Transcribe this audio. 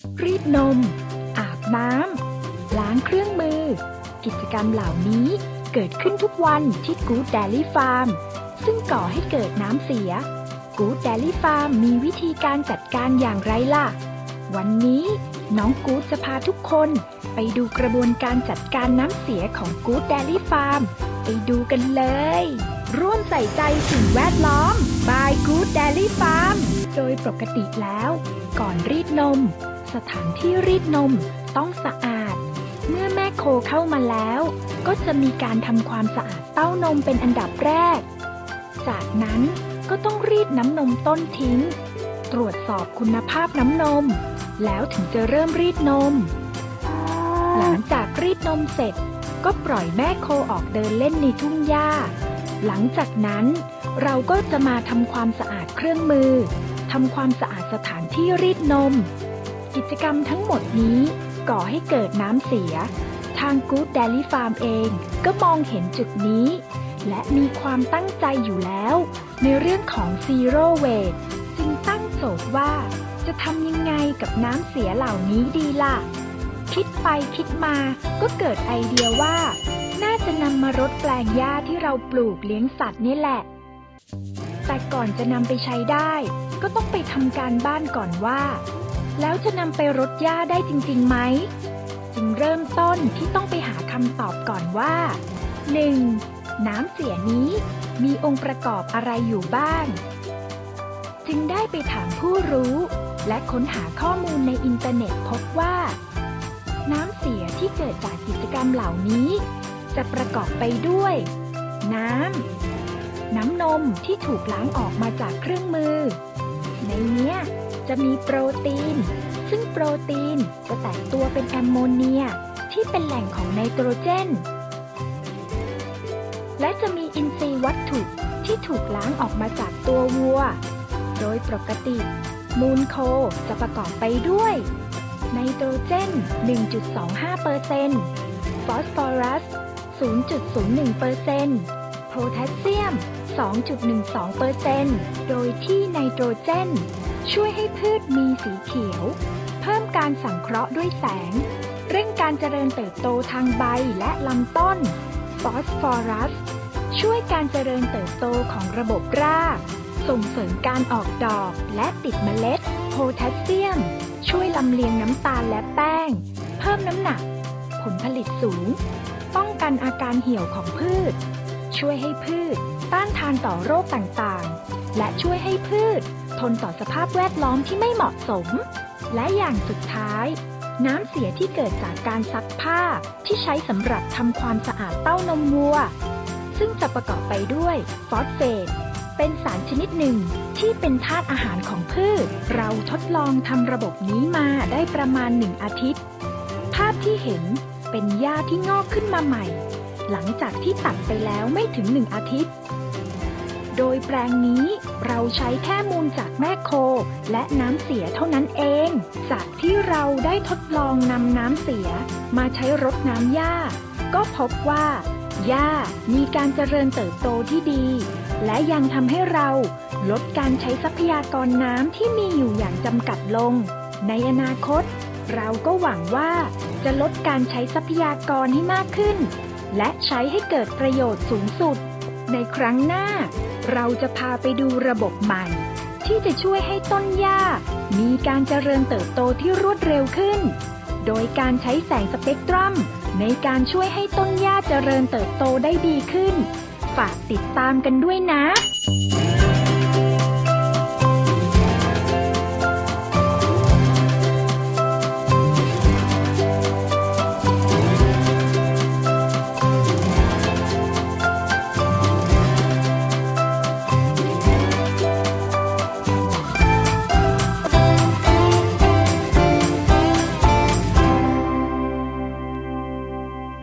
รีดนมอาบน้ำล้างเครื่องมือกิจกรรมเหล่านี้เกิดขึ้นทุกวันที่ Good Dairy Farm ซึ่งก่อให้เกิดน้ำเสีย Good Dairy Farm มีวิธีการจัดการอย่างไรล่ะวันนี้น้องกู๊ดจะพาทุกคนไปดูกระบวนการจัดการน้ำเสียของ Good Dairy Farm ไปดูกันเลยร่วมใส่ใจสิ่งแวดล้อม by Good Dairy Farm โดยปกติแล้วก่อนรีดนมสถานที่รีดนมต้องสะอาดเมื่อแม่โคเข้ามาแล้วก็จะมีการทำความสะอาดเต้านมเป็นอันดับแรกจากนั้นก็ต้องรีดน้ำนมต้นทิ้งตรวจสอบคุณภาพน้ำนมแล้วถึงจะเริ่มรีดนมหลังจากรีดนมเสร็จก็ปล่อยแม่โคออกเดินเล่นในทุ่งหญ้าหลังจากนั้นเราก็จะมาทำความสะอาดเครื่องมือทำความสะอาดสถานที่รีดนมกิจกรรมทั้งหมดนี้ก่อให้เกิดน้ำเสียทาง Good Dairy Farm เองก็มองเห็นจุดนี้และมีความตั้งใจอยู่แล้วในเรื่องของ Zero Waste จึงตั้งโจทย์ว่าจะทำยังไงกับน้ำเสียเหล่านี้ดีล่ะคิดไปคิดมาก็เกิดไอเดียว่าน่าจะนำมารดแปลงหญ้าที่เราปลูกเลี้ยงสัตว์นี่แหละแต่ก่อนจะนำไปใช้ได้ก็ต้องไปทำการบ้านก่อนว่าแล้วจะนำไปรดหญ้าได้จริงๆไหมจึงเริ่มต้นที่ต้องไปหาคำตอบก่อนว่า 1. น้ำเสียนี้มีองค์ประกอบอะไรอยู่บ้างจึงได้ไปถามผู้รู้และค้นหาข้อมูลในอินเทอร์เน็ตพบว่าน้ำเสียที่เกิดจากกิจกรรมเหล่านี้จะประกอบไปด้วยน้ำนมที่ถูกล้างออกมาจากเครื่องมือในเนี้ยจะมีโปรตีนซึ่งโปรตีนจะแตกตัวเป็นแอมโมเนียที่เป็นแหล่งของไนโตรเจนและจะมีอินทรีย์วัตถุที่ถูกล้างออกมาจากตัววัวโดยปกติมูลโคจะประกอบไปด้วยไนโตรเจน 1.25% ฟอสฟอรัส 0.01% โพแทสเซียม 2.12% โดยที่ไนโตรเจนช่วยให้พืชมีสีเขียวเพิ่มการสังเคราะห์ด้วยแสงเร่งการเจริญเติบโตทางใบและลำต้นฟอสฟอรัสช่วยการเจริญเติบโตของระบบรากส่งเสริมการออกดอกและติดเมล็ดโพแทสเซียมช่วยลำเลียงน้ำตาลและแป้งเพิ่มน้ำหนักผลผลิตสูงป้องกันอาการเหี่ยวของพืชช่วยให้พืชต้านทานต่อโรคต่างๆและช่วยให้พืชทนต่อสภาพแวดล้อมที่ไม่เหมาะสมและอย่างสุดท้ายน้ำเสียที่เกิดจากการซักผ้าที่ใช้สำหรับทำความสะอาดเต้านมวัวซึ่งจะประกอบไปด้วยฟอสเฟตเป็นสารชนิดหนึ่งที่เป็นธาตุอาหารของพืชเราทดลองทำระบบนี้มาได้ประมาณ1 อาทิตย์ภาพที่เห็นเป็นหญ้าที่งอกขึ้นมาใหม่หลังจากที่ตัดไปแล้วไม่ถึง1 อาทิตย์โดยแปลงนี้เราใช้แค่มูลจากแม่โคและน้ำเสียเท่านั้นเองจากที่เราได้ทดลองนำน้ำเสียมาใช้รดน้ำหญ้าก็พบว่าหญ้ามีการเจริญเติบโตที่ดีและยังทำให้เราลดการใช้ทรัพยากรน้ำที่มีอยู่อย่างจำกัดลงในอนาคตเราก็หวังว่าจะลดการใช้ทรัพยากรให้มากขึ้นและใช้ให้เกิดประโยชน์สูงสุดในครั้งหน้าเราจะพาไปดูระบบใหม่ที่จะช่วยให้ต้นหญ้ามีการเจริญเติบโตที่รวดเร็วขึ้นโดยการใช้แสงสเปกตรัมในการช่วยให้ต้นหญ้าเจริญเติบโตได้ดีขึ้นฝากติดตามกันด้วยนะ